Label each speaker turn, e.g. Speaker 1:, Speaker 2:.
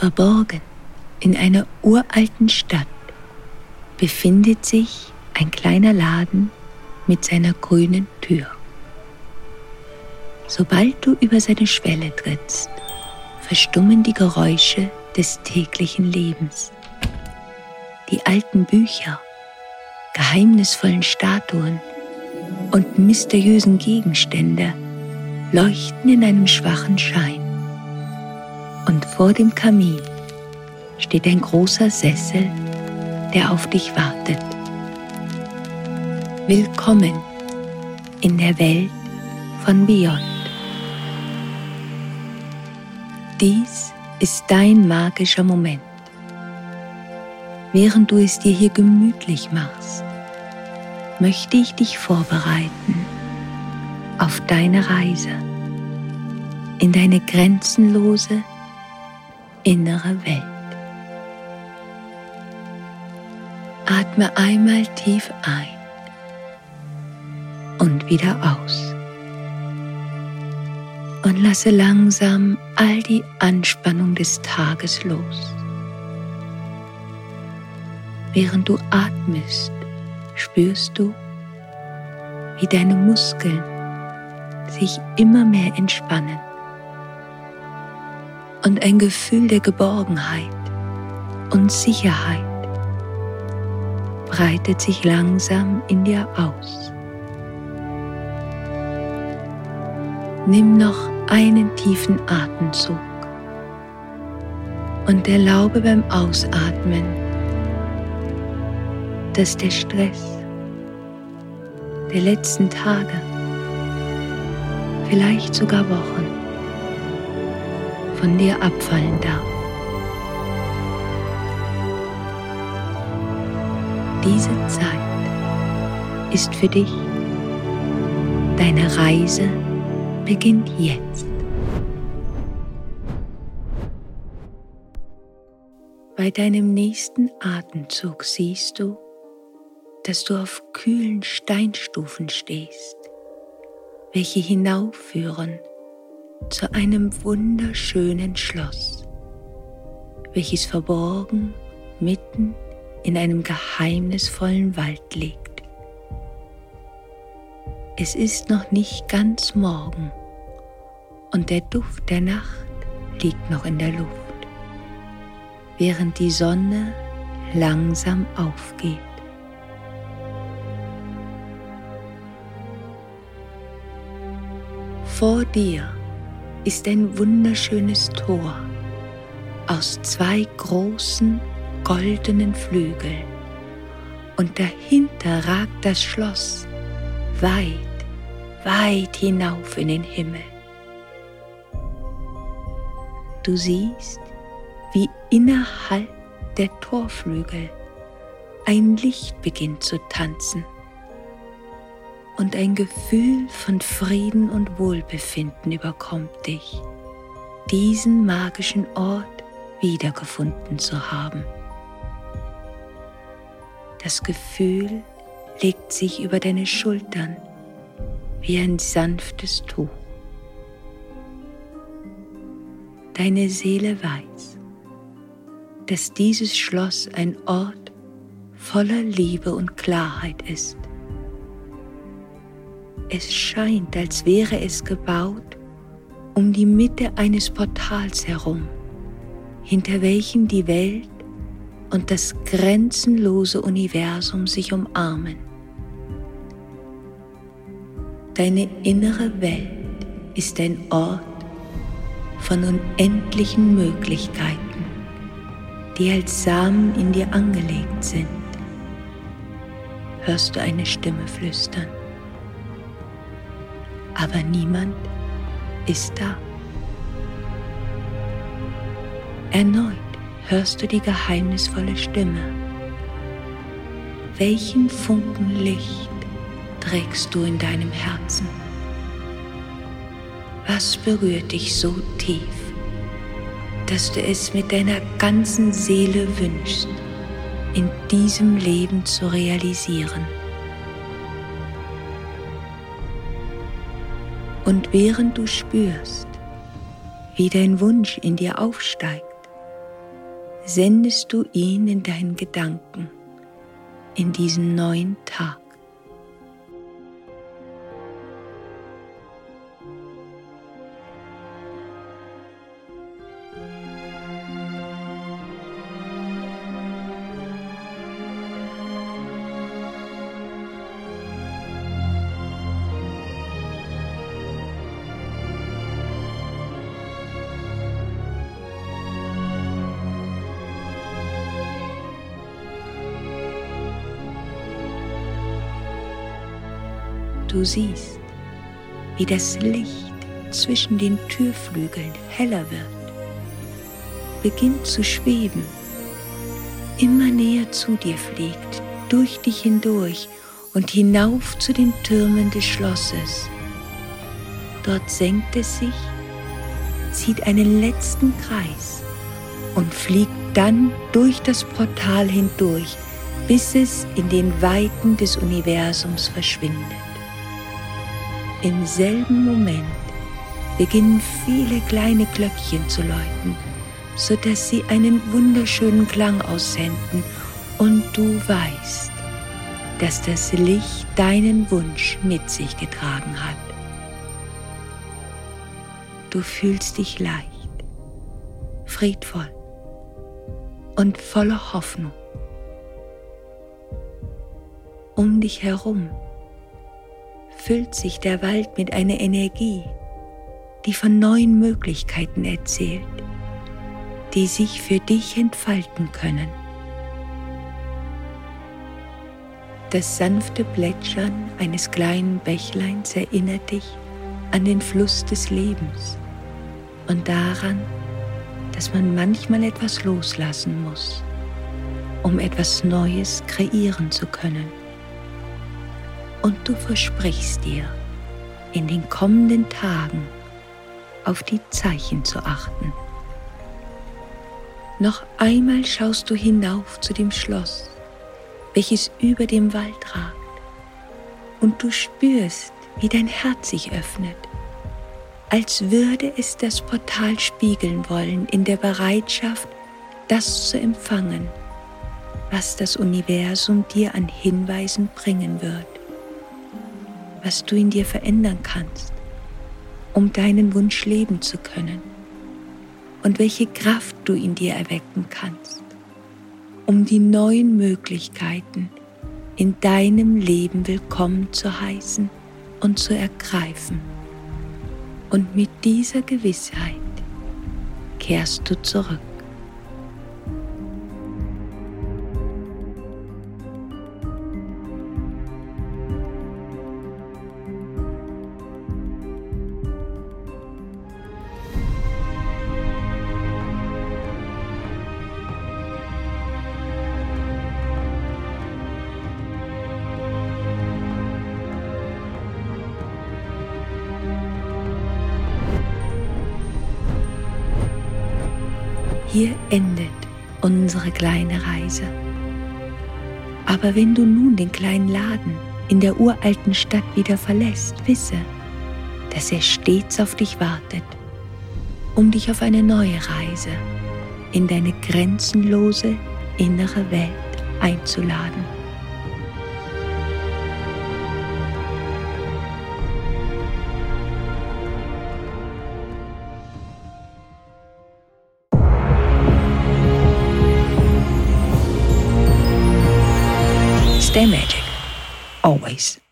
Speaker 1: Verborgen in einer uralten Stadt befindet sich ein kleiner Laden mit seiner grünen Tür. Sobald du über seine Schwelle trittst, verstummen die Geräusche des täglichen Lebens. Die alten Bücher, geheimnisvollen Statuen und mysteriösen Gegenstände leuchten in einem schwachen Schein. Und vor dem Kamin steht ein großer Sessel, der auf dich wartet. Willkommen in der Welt von Beyond. Dies ist dein magischer Moment. Während du es dir hier gemütlich machst, möchte ich dich vorbereiten auf deine Reise in deine grenzenlose innere Welt. Atme einmal tief ein und wieder aus und lasse langsam all die Anspannung des Tages los. Während du atmest, spürst du, wie deine Muskeln sich immer mehr entspannen und ein Gefühl der Geborgenheit und Sicherheit breitet sich langsam in dir aus. Nimm noch einen tiefen Atemzug und erlaube beim Ausatmen, dass der Stress der letzten Tage, vielleicht sogar Wochen, von dir abfallen darf. Diese Zeit ist für dich. Deine Reise beginnt jetzt. Bei deinem nächsten Atemzug siehst du, dass du auf kühlen Steinstufen stehst, welche hinaufführen zu einem wunderschönen Schloss, welches verborgen mitten in einem geheimnisvollen Wald liegt. Es ist noch nicht ganz Morgen und der Duft der Nacht liegt noch in der Luft, während die Sonne langsam aufgeht. Vor dir ist ein wunderschönes Tor aus 2 großen goldenen Flügeln und dahinter ragt das Schloss weit, weit hinauf in den Himmel. Du siehst, wie innerhalb der Torflügel ein Licht beginnt zu tanzen und ein Gefühl von Frieden und Wohlbefinden überkommt dich, diesen magischen Ort wiedergefunden zu haben. Das Gefühl legt sich über deine Schultern wie ein sanftes Tuch. Deine Seele weiß, dass dieses Schloss ein Ort voller Liebe und Klarheit ist. Es scheint, als wäre es gebaut um die Mitte eines Portals herum, hinter welchem die Welt und das grenzenlose Universum sich umarmen. Deine innere Welt ist ein Ort von unendlichen Möglichkeiten, die als Samen in dir angelegt sind. Hörst du eine Stimme flüstern? Aber niemand ist da. Erneut hörst du die geheimnisvolle Stimme. Welchen Funken Licht trägst du in deinem Herzen? Was berührt dich so tief, dass du es mit deiner ganzen Seele wünschst, in diesem Leben zu realisieren? Und während du spürst, wie dein Wunsch in dir aufsteigt, sendest du ihn in deinen Gedanken, in diesen neuen Tag. Du siehst, wie das Licht zwischen den Türflügeln heller wird, beginnt zu schweben, immer näher zu dir fliegt, durch dich hindurch und hinauf zu den Türmen des Schlosses. Dort senkt es sich, zieht einen letzten Kreis und fliegt dann durch das Portal hindurch, bis es in den Weiten des Universums verschwindet. Im selben Moment beginnen viele kleine Glöckchen zu läuten, sodass sie einen wunderschönen Klang aussenden und du weißt, dass das Licht deinen Wunsch mit sich getragen hat. Du fühlst dich leicht, friedvoll und voller Hoffnung. Um dich herum füllt sich der Wald mit einer Energie, die von neuen Möglichkeiten erzählt, die sich für dich entfalten können. Das sanfte Plätschern eines kleinen Bächleins erinnert dich an den Fluss des Lebens und daran, dass man manchmal etwas loslassen muss, um etwas Neues kreieren zu können. Und du versprichst dir, in den kommenden Tagen auf die Zeichen zu achten. Noch einmal schaust du hinauf zu dem Schloss, welches über dem Wald ragt, und du spürst, wie dein Herz sich öffnet, als würde es das Portal spiegeln wollen in der Bereitschaft, das zu empfangen, was das Universum dir an Hinweisen bringen wird, was du in dir verändern kannst, um deinen Wunsch leben zu können, und welche Kraft du in dir erwecken kannst, um die neuen Möglichkeiten in deinem Leben willkommen zu heißen und zu ergreifen. Und mit dieser Gewissheit kehrst du zurück. Hier endet unsere kleine Reise. Aber wenn du nun den kleinen Laden in der uralten Stadt wieder verlässt, wisse, dass er stets auf dich wartet, um dich auf eine neue Reise in deine grenzenlose innere Welt einzuladen. Stay magic, always.